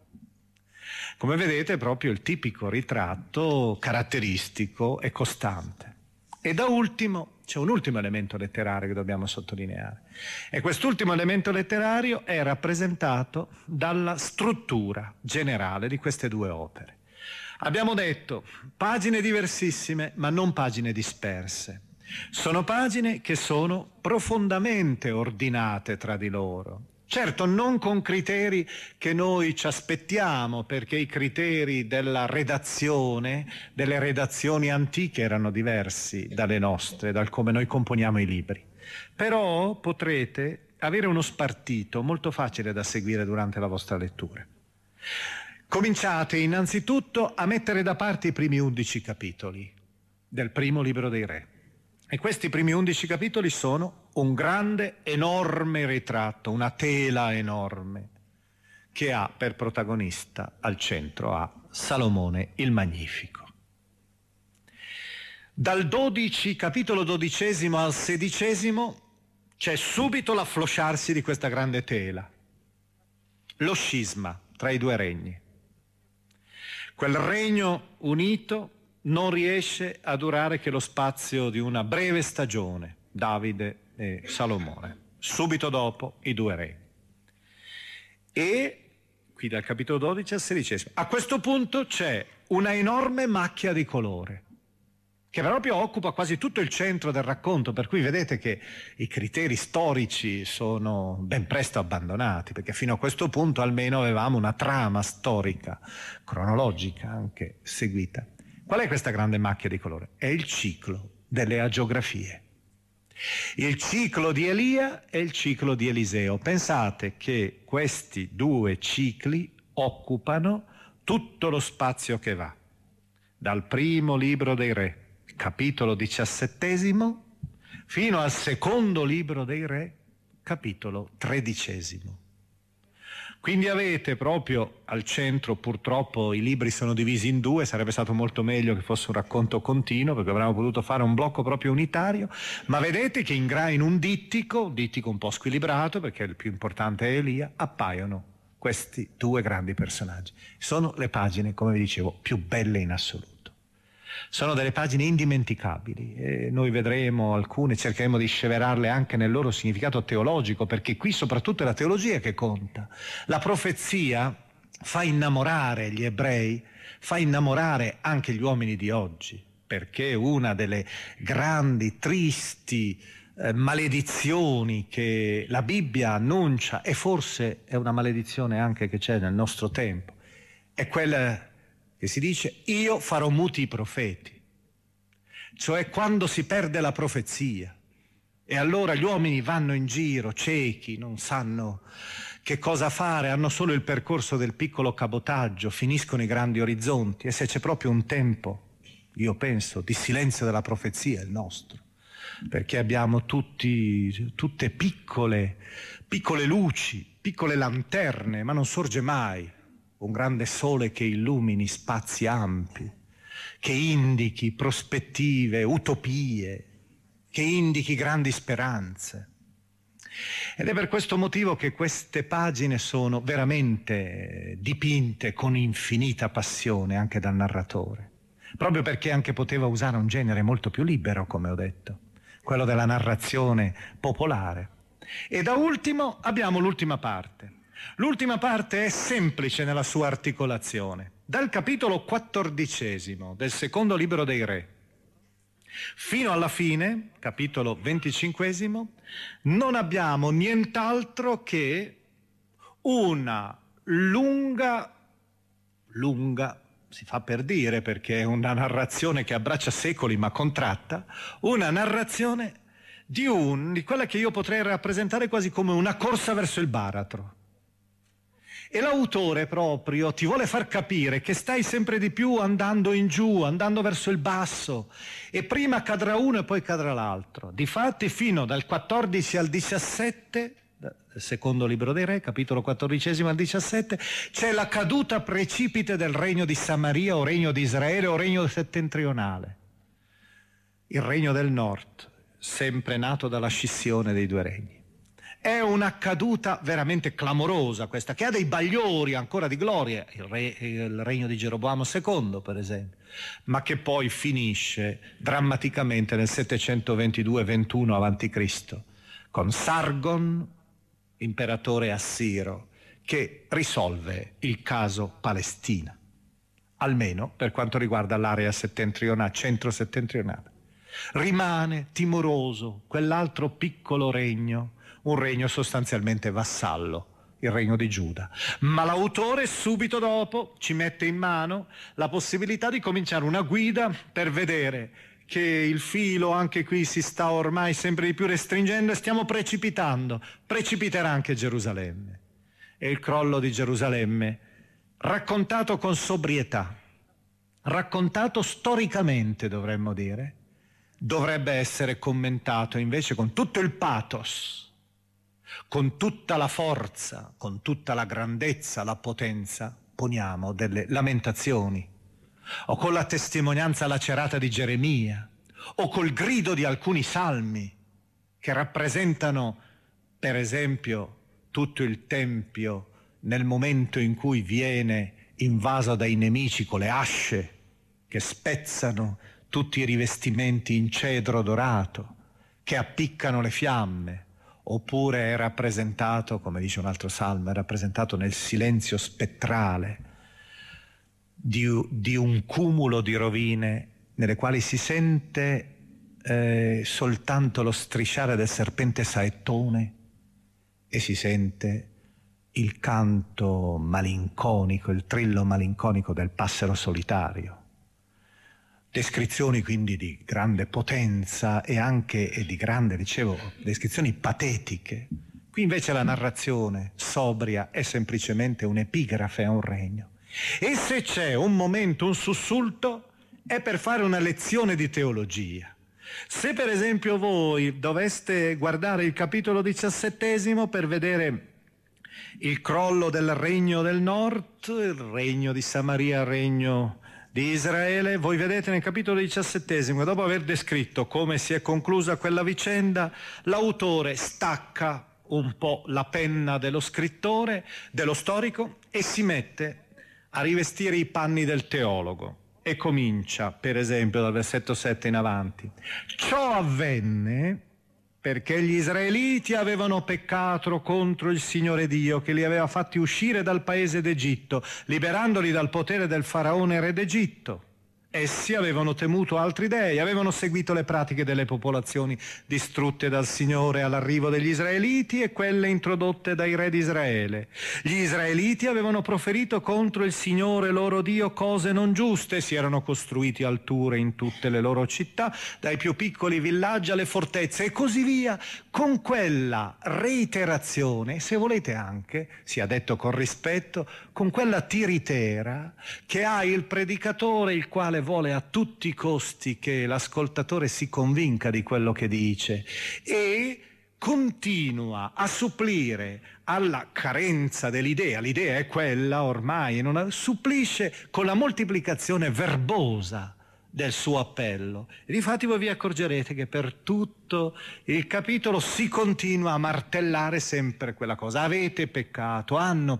Come vedete è proprio il tipico ritratto caratteristico e costante. E da ultimo c'è un ultimo elemento letterario che dobbiamo sottolineare, e quest'ultimo elemento letterario è rappresentato dalla struttura generale di queste due opere. Abbiamo detto pagine diversissime ma non pagine disperse. Sono pagine che sono profondamente ordinate tra di loro. Certo, non con criteri che noi ci aspettiamo, perché i criteri della redazione, delle redazioni antiche erano diversi dalle nostre, dal come noi componiamo i libri. Però potrete avere uno spartito molto facile da seguire durante la vostra lettura. Cominciate innanzitutto a mettere da parte i primi 11 capitoli del primo libro dei Re. E questi primi 11 capitoli sono un grande, enorme ritratto, una tela enorme, che ha per protagonista al centro Salomone il Magnifico. Dal capitolo 12 al 16 c'è subito l'afflosciarsi di questa grande tela, lo scisma tra i due regni. Quel regno unito non riesce a durare che lo spazio di una breve stagione, Davide e Salomone. Subito dopo i due re. E qui dal capitolo 12 al 16, a questo punto c'è una enorme macchia di colore che proprio occupa quasi tutto il centro del racconto, per cui vedete che i criteri storici sono ben presto abbandonati, perché fino a questo punto almeno avevamo una trama storica, cronologica anche seguita. Qual è questa grande macchia di colore? È il ciclo delle agiografie. Il ciclo di Elia e il ciclo di Eliseo. Pensate che questi due cicli occupano tutto lo spazio che va. dal primo libro dei Re, capitolo 17, fino al secondo libro dei Re, capitolo 13. Quindi avete proprio al centro, purtroppo i libri sono divisi in due, sarebbe stato molto meglio che fosse un racconto continuo, perché avremmo potuto fare un blocco proprio unitario, ma vedete che in un dittico un po' squilibrato, perché il più importante è Elia, appaiono questi due grandi personaggi. Sono le pagine, come vi dicevo, più belle in assoluto. Sono delle pagine indimenticabili e noi vedremo alcune, cercheremo di sceverarle anche nel loro significato teologico, perché qui soprattutto è la teologia che conta. La profezia fa innamorare gli ebrei, fa innamorare anche gli uomini di oggi, perché una delle grandi, tristi maledizioni che la Bibbia annuncia, e forse è una maledizione anche che c'è nel nostro tempo, è quella che si dice: io farò muti i profeti, cioè quando si perde la profezia e allora gli uomini vanno in giro ciechi, non sanno che cosa fare, hanno solo il percorso del piccolo cabotaggio, finiscono i grandi orizzonti. E se c'è proprio un tempo, io penso, di silenzio della profezia, è il nostro, perché abbiamo tutte piccole luci, piccole lanterne, ma non sorge mai un grande sole che illumini spazi ampi, che indichi prospettive, utopie, che indichi grandi speranze. Ed è per questo motivo che queste pagine sono veramente dipinte con infinita passione anche dal narratore, proprio perché anche poteva usare un genere molto più libero, come ho detto, quello della narrazione popolare. E da ultimo abbiamo l'ultima parte. L'ultima parte è semplice nella sua articolazione. Dal capitolo 14 del secondo libro dei Re fino alla fine, capitolo 25, non abbiamo nient'altro che una lunga, si fa per dire perché è una narrazione che abbraccia secoli ma contratta, una narrazione di quella che io potrei rappresentare quasi come una corsa verso il baratro. E l'autore proprio ti vuole far capire che stai sempre di più andando in giù, andando verso il basso, e prima cadrà uno e poi cadrà l'altro. Difatti fino dal 14 al 17, secondo libro dei Re, capitolo 14 al 17, c'è la caduta precipite del regno di Samaria o regno di Israele o regno settentrionale. Il regno del nord, sempre nato dalla scissione dei due regni. È una caduta veramente clamorosa questa, che ha dei bagliori ancora di gloria, il regno di Geroboamo II per esempio, ma che poi finisce drammaticamente nel 722-21 a.C. con Sargon, imperatore assiro, che risolve il caso Palestina, almeno per quanto riguarda l'area settentrionale, centro-settentrionale. Rimane timoroso quell'altro piccolo regno, un regno sostanzialmente vassallo, il regno di Giuda. Ma l'autore subito dopo ci mette in mano la possibilità di cominciare una guida per vedere che il filo anche qui si sta ormai sempre di più restringendo e stiamo precipitando. Precipiterà anche Gerusalemme. E il crollo di Gerusalemme, raccontato con sobrietà, raccontato storicamente dovremmo dire, dovrebbe essere commentato invece con tutto il pathos, con tutta la forza, con tutta la grandezza, la potenza, poniamo, delle lamentazioni, o con la testimonianza lacerata di Geremia, o col grido di alcuni salmi che rappresentano, per esempio, tutto il Tempio nel momento in cui viene invaso dai nemici con le asce che spezzano tutti i rivestimenti in cedro dorato, che appiccano le fiamme. Oppure è rappresentato, come dice un altro salmo, è rappresentato nel silenzio spettrale di un cumulo di rovine nelle quali si sente soltanto lo strisciare del serpente saettone e si sente il canto malinconico, il trillo malinconico del passero solitario. Descrizioni quindi di grande potenza e anche di grande, dicevo, descrizioni patetiche. Qui invece la narrazione sobria è semplicemente un'epigrafe a un regno. E se c'è un momento, un sussulto, è per fare una lezione di teologia. Se per esempio voi doveste guardare il capitolo 17 per vedere il crollo del regno del nord, il regno di Samaria, il regno di Israele, voi vedete nel capitolo 17, dopo aver descritto come si è conclusa quella vicenda, l'autore stacca un po' la penna dello scrittore, dello storico, e si mette a rivestire i panni del teologo e comincia, per esempio, dal versetto 7 in avanti. Ciò avvenne perché gli israeliti avevano peccato contro il Signore Dio, che li aveva fatti uscire dal paese d'Egitto, liberandoli dal potere del faraone re d'Egitto. Essi avevano temuto altri dei, avevano seguito le pratiche delle popolazioni distrutte dal Signore all'arrivo degli israeliti e quelle introdotte dai re di Israele. Gli israeliti avevano proferito contro il Signore loro Dio cose non giuste, si erano costruiti alture in tutte le loro città, dai più piccoli villaggi alle fortezze e così via, con quella reiterazione, se volete anche, sia detto con rispetto, con quella tiritera che ha il predicatore, il quale vuole a tutti i costi che l'ascoltatore si convinca di quello che dice e continua a supplire alla carenza dell'idea. L'idea è quella ormai, supplisce con la moltiplicazione verbosa del suo appello. E difatti voi vi accorgerete che per tutto il capitolo si continua a martellare sempre quella cosa. Avete peccato, hanno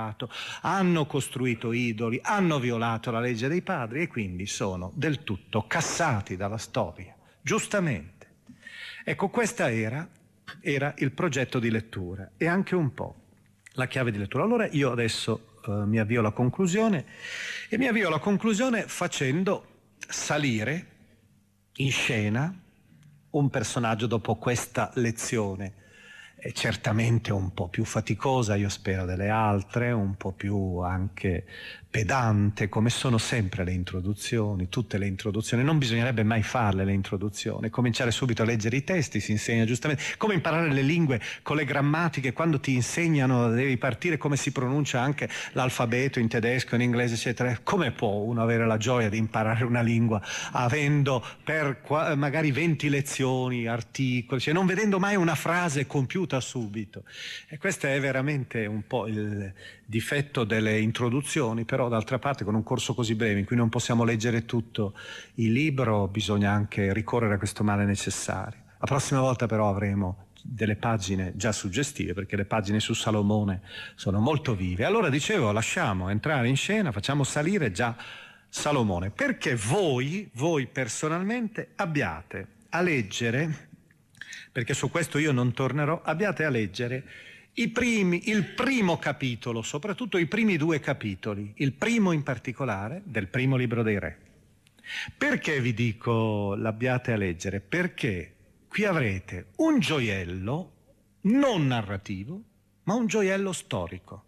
costruito idoli, hanno violato la legge dei padri e quindi sono del tutto cassati dalla storia, giustamente. Ecco, questa era il progetto di lettura e anche un po' la chiave di lettura. Allora io adesso mi avvio alla conclusione e mi avvio alla conclusione facendo salire in scena un personaggio dopo questa lezione. È certamente un po' più faticosa, io spero, delle altre, un po' più anche pedante, come sono sempre le introduzioni, tutte le introduzioni. Non bisognerebbe mai farle le introduzioni, cominciare subito a leggere i testi, si insegna giustamente, come imparare le lingue con le grammatiche, quando ti insegnano devi partire come si pronuncia anche l'alfabeto in tedesco, in inglese, eccetera. Come può uno avere la gioia di imparare una lingua avendo per magari 20 lezioni, articoli, cioè non vedendo mai una frase compiuta subito? E questo è veramente un po' il difetto delle introduzioni, però d'altra parte con un corso così breve in cui non possiamo leggere tutto il libro bisogna anche ricorrere a questo male necessario. La prossima volta però avremo delle pagine già suggestive, perché le pagine su Salomone sono molto vive. Allora dicevo, lasciamo entrare in scena, facciamo salire già Salomone, perché voi personalmente abbiate a leggere, perché su questo io non tornerò, abbiate a leggere il primo capitolo, soprattutto i primi 2 capitoli, il primo in particolare del primo libro dei Re. Perché vi dico l'abbiate a leggere? Perché qui avrete un gioiello non narrativo, ma un gioiello storico.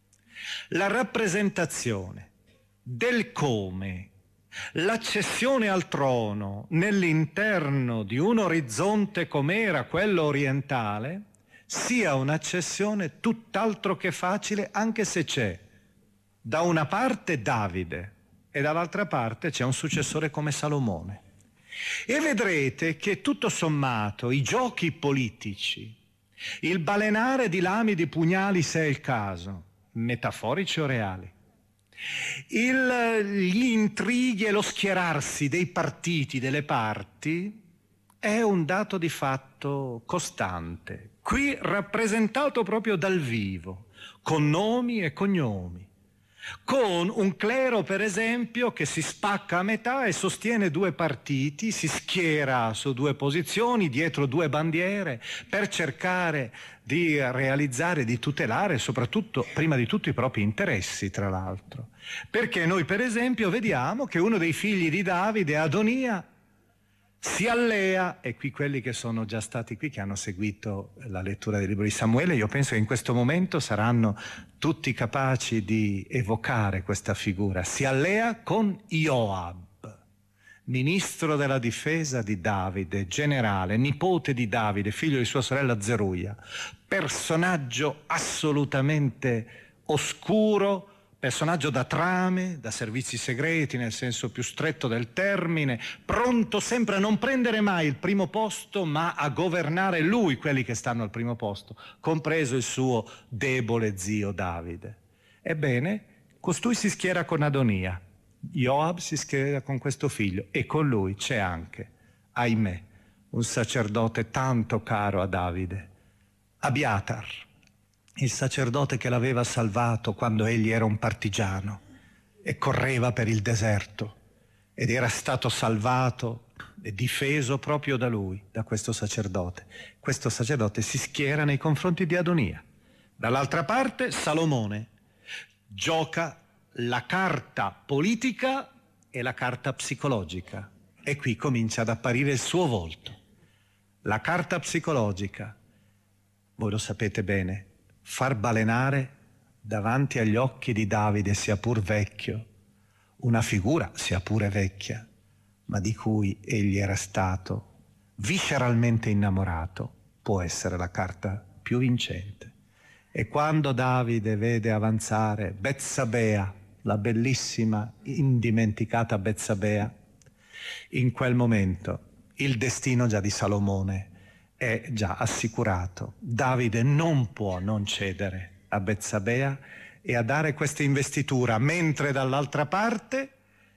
La rappresentazione del come l'accessione al trono nell'interno di un orizzonte come era quello orientale sia un'accessione tutt'altro che facile, anche se c'è da una parte Davide e dall'altra parte c'è un successore come Salomone. E vedrete che tutto sommato i giochi politici, il balenare di lami di pugnali se è il caso, metaforici o reali, gli intrighi e lo schierarsi dei partiti, delle parti, è un dato di fatto costante, qui rappresentato proprio dal vivo, con nomi e cognomi, con un clero per esempio che si spacca a metà e sostiene 2 partiti, si schiera su 2 posizioni, dietro 2 bandiere, per cercare di realizzare, di tutelare soprattutto, prima di tutto, i propri interessi, tra l'altro. Perché noi per esempio vediamo che uno dei figli di Davide, Adonia, si allea, e qui quelli che sono già stati qui, che hanno seguito la lettura del libro di Samuele, io penso che in questo momento saranno tutti capaci di evocare questa figura. Si allea con Joab, ministro della difesa di Davide, generale, nipote di Davide, figlio di sua sorella Zeruia, personaggio assolutamente oscuro, personaggio da trame, da servizi segreti nel senso più stretto del termine, pronto sempre a non prendere mai il primo posto, ma a governare lui quelli che stanno al primo posto, compreso il suo debole zio Davide. Ebbene, costui si schiera con Adonia, Joab si schiera con questo figlio e con lui c'è anche, ahimè, un sacerdote tanto caro a Davide, Abiatar, il sacerdote che l'aveva salvato quando egli era un partigiano e correva per il deserto ed era stato salvato e difeso proprio da lui, da questo sacerdote. Questo sacerdote si schiera nei confronti di Adonia. Dall'altra parte Salomone gioca la carta politica e la carta psicologica e qui comincia ad apparire il suo volto. La carta psicologica, voi lo sapete bene, far balenare davanti agli occhi di Davide, sia pur vecchio, una figura sia pure vecchia, ma di cui egli era stato visceralmente innamorato, può essere la carta più vincente. E quando Davide vede avanzare Betsabea, la bellissima, indimenticata Betsabea, in quel momento il destino già di Salomone è già assicurato. Davide non può non cedere a Betsabea e a dare questa investitura, mentre dall'altra parte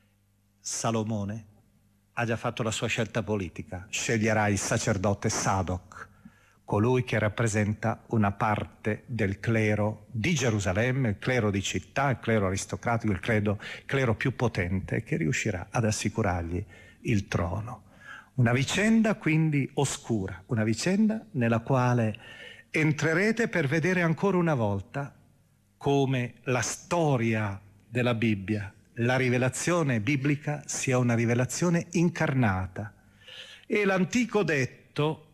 Salomone ha già fatto la sua scelta politica, sceglierà il sacerdote Sadoc, colui che rappresenta una parte del clero di Gerusalemme, il clero di città, il clero aristocratico, il clero più potente, che riuscirà ad assicurargli il trono. Una vicenda quindi oscura, una vicenda nella quale entrerete per vedere ancora una volta come la storia della Bibbia, la rivelazione biblica sia una rivelazione incarnata. E l'antico detto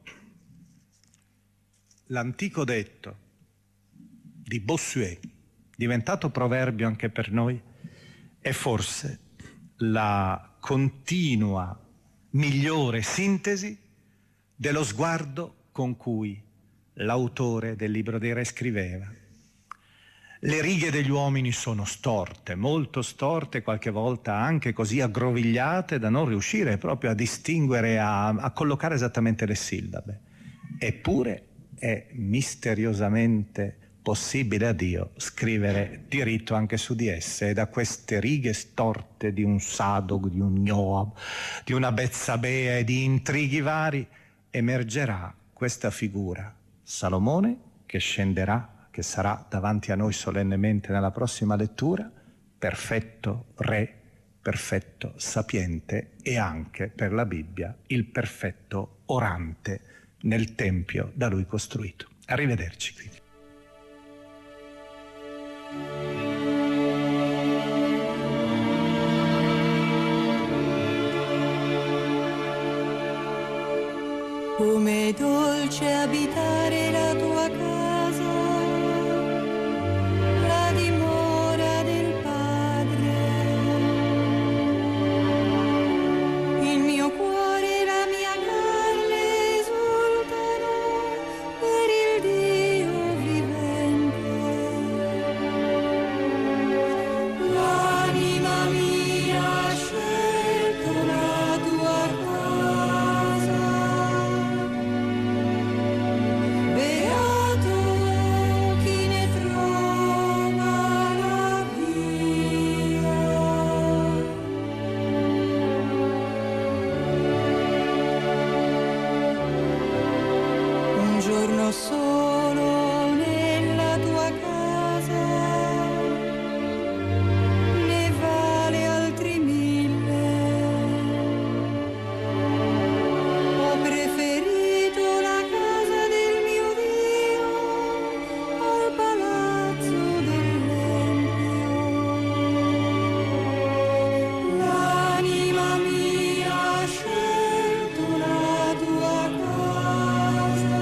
di Bossuet, diventato proverbio anche per noi, è forse la continua migliore sintesi dello sguardo con cui l'autore del Libro dei Re scriveva. Le righe degli uomini sono storte, molto storte, qualche volta anche così aggrovigliate da non riuscire proprio a distinguere, a collocare esattamente le sillabe. Eppure è misteriosamente possibile a Dio scrivere diritto anche su di esse, e da queste righe storte di un Sadoc, di un Joab, di una Betsabea e di intrighi vari emergerà questa figura, Salomone, che scenderà, che sarà davanti a noi solennemente nella prossima lettura, perfetto re, perfetto sapiente e anche per la Bibbia il perfetto orante nel tempio da lui costruito. Arrivederci quindi. Come dolce abitare la tua casa, la dimora del Padre. Il mio cuore e la mia carne esultano per il Dio vivente. L'anima mia ha scelto la tua casa. Beato chi ne trova la via. Un giorno solo nella tua casa ne vale altri 1000. Ho preferito la casa del mio Dio al palazzo dell'Empio. L'anima mia ha scelto la tua casa.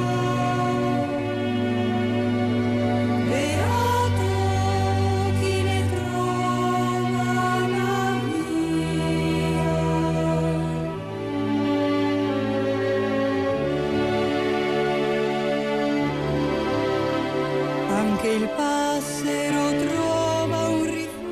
Beato chi ne trova la via. Anche il passero trova un rifugio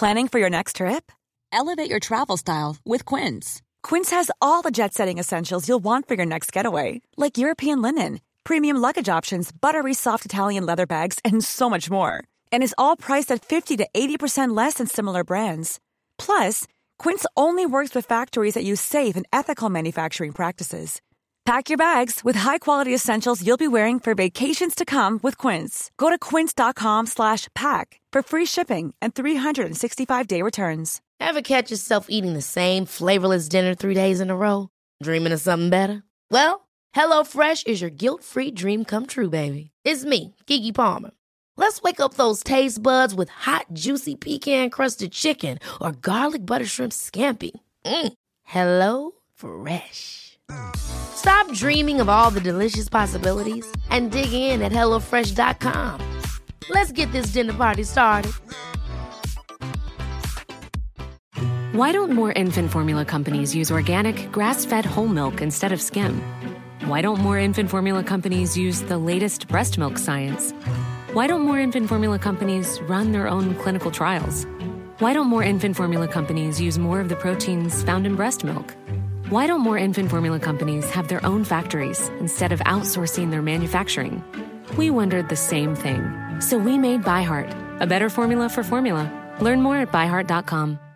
Planning for your next trip? Elevate your travel style with Quince. Quince has all the jet-setting essentials you'll want for your next getaway, like European linen, premium luggage options, buttery soft Italian leather bags, and so much more. And is all priced at 50 to 80% less than similar brands. Plus, Quince only works with factories that use safe and ethical manufacturing practices. Pack your bags with high-quality essentials you'll be wearing for vacations to come with Quince. Go to quince.com/pack for free shipping and 365-day returns. Ever catch yourself eating the same flavorless dinner 3 days in a row? Dreaming of something better? Well, HelloFresh is your guilt-free dream come true, baby. It's me, Keke Palmer. Let's wake up those taste buds with hot, juicy pecan-crusted chicken or garlic butter shrimp scampi. Hello Fresh. Stop dreaming of all the delicious possibilities and dig in at HelloFresh.com. Let's get this dinner party started. Why don't more infant formula companies use organic, grass-fed whole milk instead of skim? Why don't more infant formula companies use the latest breast milk science? Why don't more infant formula companies run their own clinical trials? Why don't more infant formula companies use more of the proteins found in breast milk? Why don't more infant formula companies have their own factories instead of outsourcing their manufacturing? We wondered the same thing. So we made ByHeart, a better formula for formula. Learn more at byheart.com.